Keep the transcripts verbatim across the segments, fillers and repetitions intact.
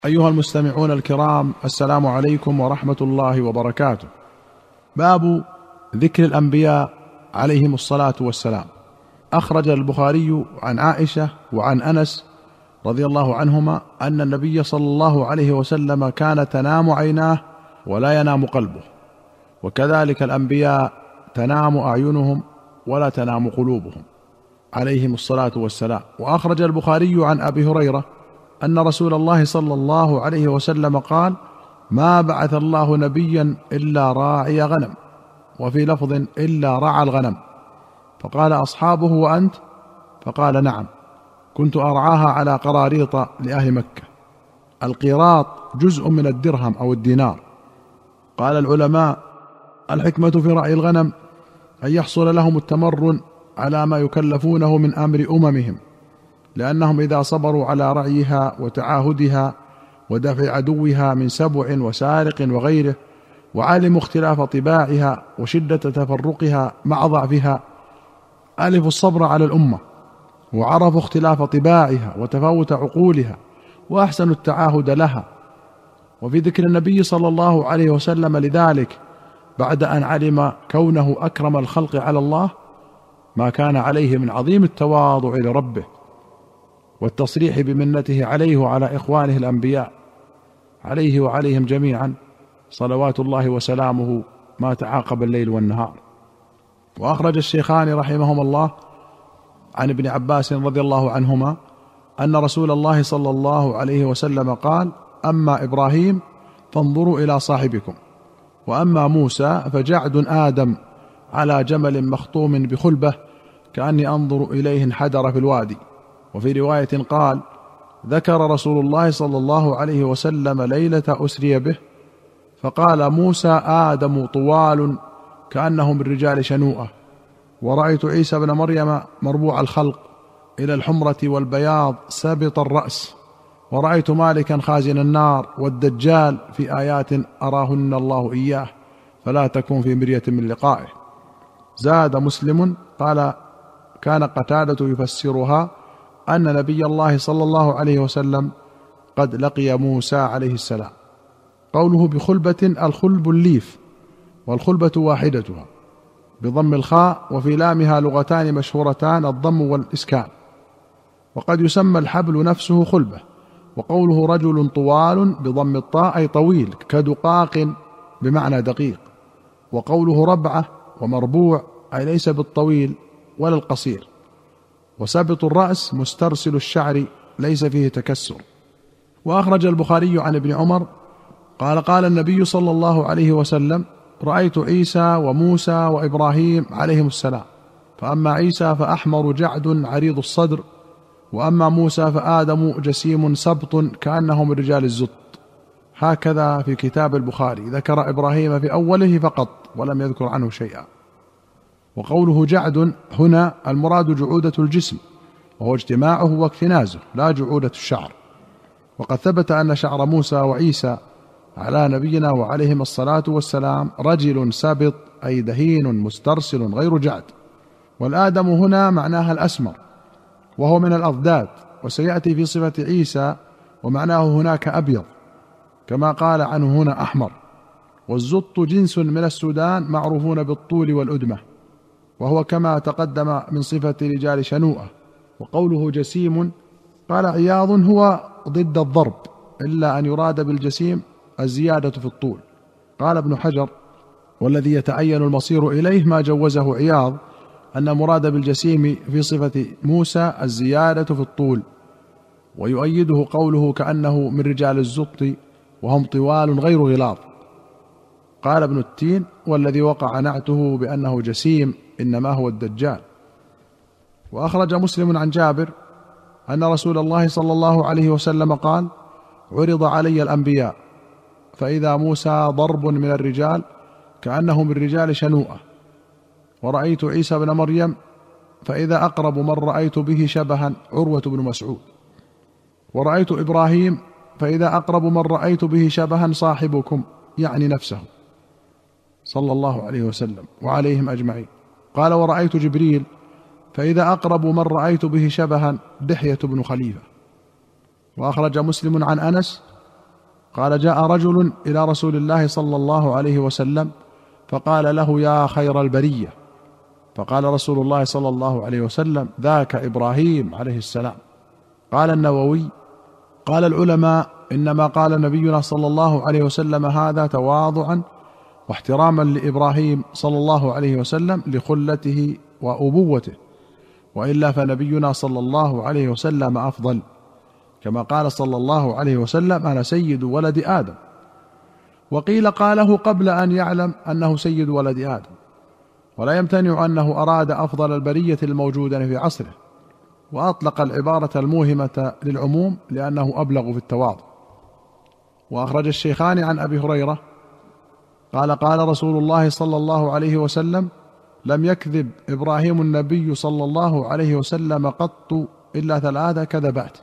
أيها المستمعون الكرام، السلام عليكم ورحمة الله وبركاته. باب ذكر الأنبياء عليهم الصلاة والسلام. أخرج البخاري عن عائشة وعن أنس رضي الله عنهما أن النبي صلى الله عليه وسلم كان تنام عيناه ولا ينام قلبه، وكذلك الأنبياء تنام أعينهم ولا تنام قلوبهم عليهم الصلاة والسلام. وأخرج البخاري عن أبي هريرة أن رسول الله صلى الله عليه وسلم قال: ما بعث الله نبيا إلا راعي غنم، وفي لفظ إلا رعى الغنم. فقال أصحابه: وأنت؟ فقال: نعم، كنت أرعاها على قراريط لأهل مكة. القيراط جزء من الدرهم أو الدينار. قال العلماء: الحكمة في رعي الغنم أن يحصل لهم التمرن على ما يكلفونه من أمر أممهم، لأنهم إذا صبروا على رعيها وتعاهدها ودفع عدوها من سبع وسارق وغيره، وعلموا اختلاف طباعها وشدة تفرقها مع ضعفها، ألفوا الصبر على الأمة، وعرفوا اختلاف طباعها وتفاوت عقولها، وأحسنوا التعاهد لها. وفي ذكر النبي صلى الله عليه وسلم لذلك بعد أن علم كونه أكرم الخلق على الله ما كان عليه من عظيم التواضع لربه، والتصريح بمنته عليه وعلى إخوانه الأنبياء عليه وعليهم جميعا صلوات الله وسلامه ما تعاقب الليل والنهار. وأخرج الشيخان رحمهما الله عن ابن عباس رضي الله عنهما أن رسول الله صلى الله عليه وسلم قال: أما إبراهيم فانظروا إلى صاحبكم، وأما موسى فجعد آدم على جمل مخطوم بخلبة كأني أنظر إليه انحدر في الوادي. وفي رواية قال: ذكر رسول الله صلى الله عليه وسلم ليلة أسري به فقال: موسى آدم طوال كأنه من رجال شنوءة، ورأيت عيسى بن مريم مربوع الخلق إلى الحمرة والبياض سابط الرأس، ورأيت مالكا خازن النار والدجال في آيات أراهن الله إياه فلا تكن في مرية من لقائه. زاد مسلم قال: كان قتادة يفسرها أن نبي الله صلى الله عليه وسلم قد لقي موسى عليه السلام. قوله بخلبة، الخلب الليف، والخلبة واحدتها بضم الخاء، وفي لامها لغتان مشهورتان: الضم والإسكان. وقد يسمى الحبل نفسه خلبة. وقوله رجل طوال بضم الطاء أي طويل كدقاق بمعنى دقيق. وقوله ربعة ومربوع أي ليس بالطويل ولا القصير. وسابط الرأس مسترسل الشعر ليس فيه تكسر. وأخرج البخاري عن ابن عمر قال: قال النبي صلى الله عليه وسلم: رأيت عيسى وموسى وإبراهيم عليهم السلام، فأما عيسى فأحمر جعد عريض الصدر، وأما موسى فآدم جسيم سبط كأنه من رجال الزط. هكذا في كتاب البخاري ذكر إبراهيم في أوله فقط ولم يذكر عنه شيئا. وقوله جعد هنا المراد جعودة الجسم، وهو اجتماعه واكتنازه لا جعودة الشعر. وقد ثبت أن شعر موسى وعيسى على نبينا وعليهم الصلاة والسلام رجل سابط أي دهين مسترسل غير جعد. والآدم هنا معناها الأسمر وهو من الأضداد، وسيأتي في صفة عيسى ومعناه هناك أبيض كما قال عنه هنا أحمر. والزط جنس من السودان معروفون بالطول والأدمة، وهو كما تقدم من صفة رجال شنوءة. وقوله جسيم قال عياض هو ضد الضرب، إلا أن يراد بالجسيم الزيادة في الطول. قال ابن حجر: والذي يتعين المصير إليه ما جوزه عياض أن المراد بالجسيم في صفة موسى الزيادة في الطول. ويؤيده قوله كأنه من رجال الزط وهم طوال غير غلاظ. قال ابن التين: والذي وقع نعته بأنه جسيم إنما هو الدجال. وأخرج مسلم عن جابر أن رسول الله صلى الله عليه وسلم قال: عرض علي الأنبياء فإذا موسى ضرب من الرجال كأنه من رجال شنوءة، ورأيت عيسى بن مريم فإذا أقرب من رأيت به شبها عروة بن مسعود، ورأيت إبراهيم فإذا أقرب من رأيت به شبها صاحبكم، يعني نفسه صلى الله عليه وسلم وعليهم أجمعين. قال: ورأيت جبريل فإذا أقرب من رأيت به شبها دحية بن خليفة. وأخرج مسلم عن أنس قال: جاء رجل إلى رسول الله صلى الله عليه وسلم فقال له: يا خير البرية. فقال رسول الله صلى الله عليه وسلم: ذاك إبراهيم عليه السلام. قال النووي: قال العلماء: إنما قال نبينا صلى الله عليه وسلم هذا تواضعا واحتراما لإبراهيم صلى الله عليه وسلم لخلته وأبوته، وإلا فنبينا صلى الله عليه وسلم أفضل، كما قال صلى الله عليه وسلم: أنا سيد ولد آدم. وقيل قاله قبل أن يعلم أنه سيد ولد آدم، ولا يمتنع أنه أراد أفضل البرية الموجودة في عصره، وأطلق العبارة الموهمة للعموم لأنه أبلغ في التواضع. وأخرج الشيخان عن أبي هريرة قال: قال رسول الله صلى الله عليه وسلم: لم يكذب إبراهيم النبي صلى الله عليه وسلم قط إلا ثلاث كذبات: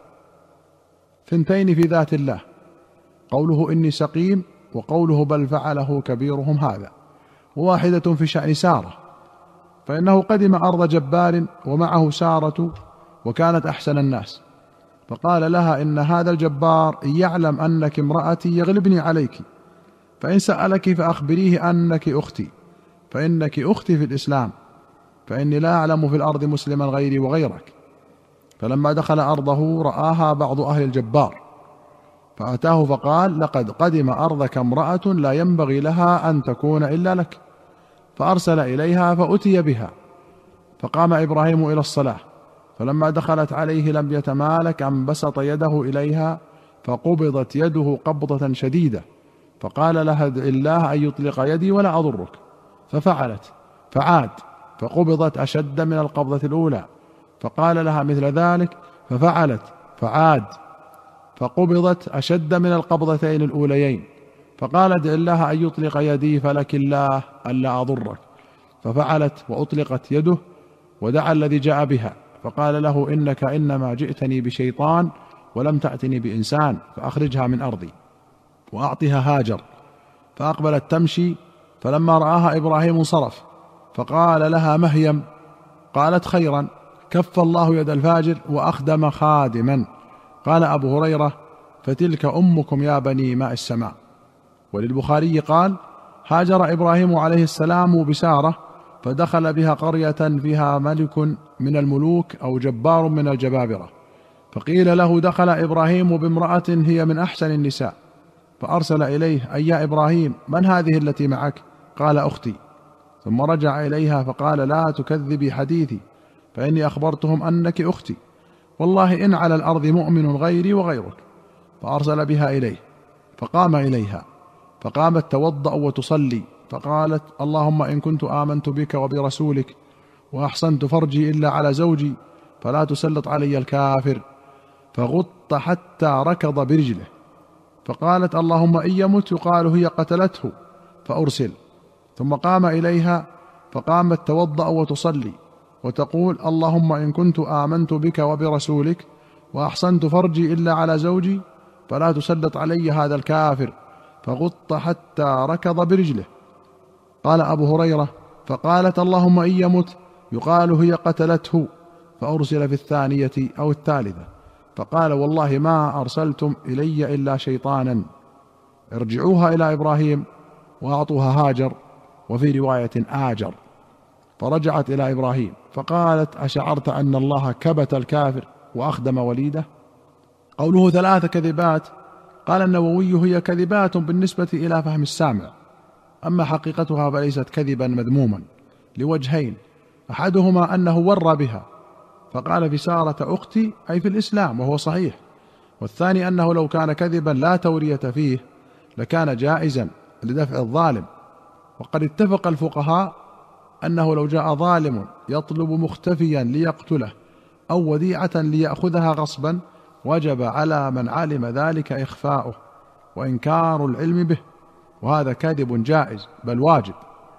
ثنتين في ذات الله، قوله إني سقيم، وقوله بل فعله كبيرهم هذا، وواحدة في شأن سارة، فإنه قدم أرض جبار ومعه سارة وكانت أحسن الناس، فقال لها: إن هذا الجبار يعلم أنك امرأتي يغلبني عليك، فإن سألك فأخبريه أنك أختي، فإنك أختي في الإسلام، فإني لا أعلم في الأرض مسلما غيري وغيرك. فلما دخل أرضه رآها بعض أهل الجبار، فأتاه فقال: لقد قدم أرضك امرأة لا ينبغي لها أن تكون إلا لك، فأرسل إليها فأتي بها، فقام إبراهيم إلى الصلاة، فلما دخلت عليه لم يتمالك أن بسط يده إليها، فقبضت يده قبضة شديدة، فقال لها: ادع الله أن يطلق يدي ولا أضرك، ففعلت، فعاد، فقبضت أشد من القبضة الأولى، فقال لها مثل ذلك، ففعلت، فعاد، فقبضت أشد من القبضتين الأوليين، فقال: ادع الله أن يطلق يدي فلك الله ألا أضرك، ففعلت وأطلقت يده، ودعا الذي جاء بها، فقال له: إنك إنما جئتني بشيطان ولم تأتني بإنسان، فأخرجها من أرضي وأعطها هاجر. فأقبلت تمشي، فلما رآها إبراهيم انصرف، فقال لها: مهيم؟ قالت: خيرا، كف الله يد الفاجر وأخدم خادما. قال أبو هريرة: فتلك أمكم يا بني ماء السماء. وللبخاري قال: هاجر إبراهيم عليه السلام بسارة، فدخل بها قرية فيها ملك من الملوك أو جبار من الجبابرة، فقيل له: دخل إبراهيم بامرأة هي من أحسن النساء، فأرسل إليه: أي يا إبراهيم، من هذه التي معك؟ قال: أختي. ثم رجع إليها فقال: لا تكذبي حديثي، فإني أخبرتهم أنك أختي، والله إن على الأرض مؤمن غيري وغيرك. فأرسل بها إليه، فقام إليها، فقامت توضأ وتصلي، فقالت: اللهم إن كنت آمنت بك وبرسولك وأحسنت فرجي إلا على زوجي فلا تسلط علي الكافر، فغط حتى ركض برجله. فقالت: اللهم إن يمت يقال هي قتلته فأرسل. ثم قام إليها، فقامت توضأ وتصلي وتقول: اللهم إن كنت آمنت بك وبرسولك وأحسنت فرجي إلا على زوجي فلا تسلط علي هذا الكافر، فغط حتى ركض برجله. قال أبو هريرة: فقالت: اللهم إن يمت يقال هي قتلته فأرسل في الثانية أو الثالثة، فقال: والله ما أرسلتم إلي إلا شيطانا، ارجعوها إلى إبراهيم وأعطوها هاجر، وفي رواية آجر. فرجعت إلى إبراهيم فقالت: أشعرت أن الله كبت الكافر وأخدم وليده؟ قوله ثلاث كذبات، قال النووي: هي كذبات بالنسبة إلى فهم السامع، أما حقيقتها فليست كذبا مذموما لوجهين: أحدهما أنه ور بها فقال في سارة أختي أي في الإسلام، وهو صحيح، والثاني أنه لو كان كذبا لا تورية فيه لكان جائزا لدفع الظالم. وقد اتفق الفقهاء أنه لو جاء ظالم يطلب مختفيا ليقتله أو وديعة ليأخذها غصبا وجب على من علم ذلك إخفاؤه وإنكار العلم به، وهذا كذب جائز بل واجب.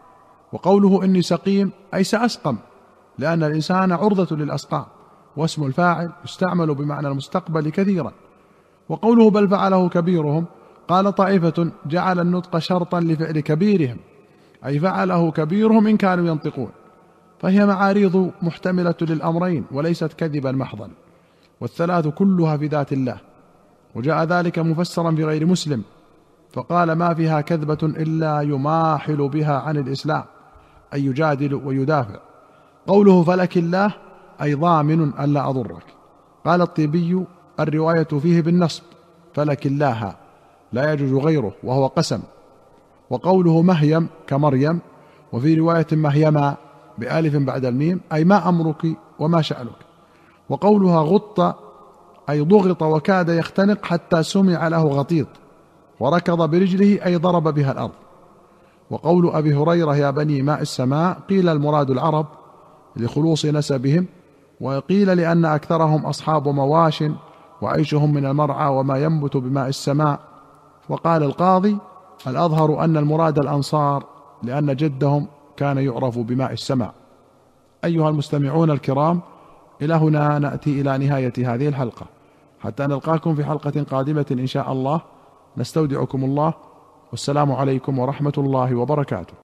وقوله إني سقيم أي سأسقم، لأن الإنسان عرضة للأسقام، واسم الفاعل يستعمل بمعنى المستقبل كثيرا. وقوله بل فعله كبيرهم، قال طائفة: جعل النطق شرطا لفعل كبيرهم، أي فعله كبيرهم إن كانوا ينطقون، فهي معاريض محتملة للأمرين وليست كذبا محضا، والثلاث كلها في ذات الله. وجاء ذلك مفسرا في غير مسلم فقال: ما فيها كذبة إلا يماحل بها عن الإسلام، أي يجادل ويدافع. قوله فلك الله أي ضامن ألا أضرك. قال الطيبي: الرواية فيه بالنصب، فلك الله لا يجوز غيره وهو قسم. وقوله مهيم كمريم، وفي رواية مهيما بألف بعد الميم، أي ما أمرك وما شأنك. وقولها غط أي ضغط وكاد يختنق حتى سمع له غطيط، وركض برجله أي ضرب بها الأرض. وقول أبي هريرة يا بني ماء السماء، قيل المراد العرب لخلوص نسبهم، وقيل لأن أكثرهم أصحاب مواش وعيشهم من المرعى وما ينبت بماء السماء. وقال القاضي: الأظهر أن المراد الأنصار، لأن جدهم كان يعرف بماء السماء. أيها المستمعون الكرام، إلى هنا نأتي إلى نهاية هذه الحلقة، حتى نلقاكم في حلقة قادمة إن شاء الله. نستودعكم الله، والسلام عليكم ورحمة الله وبركاته.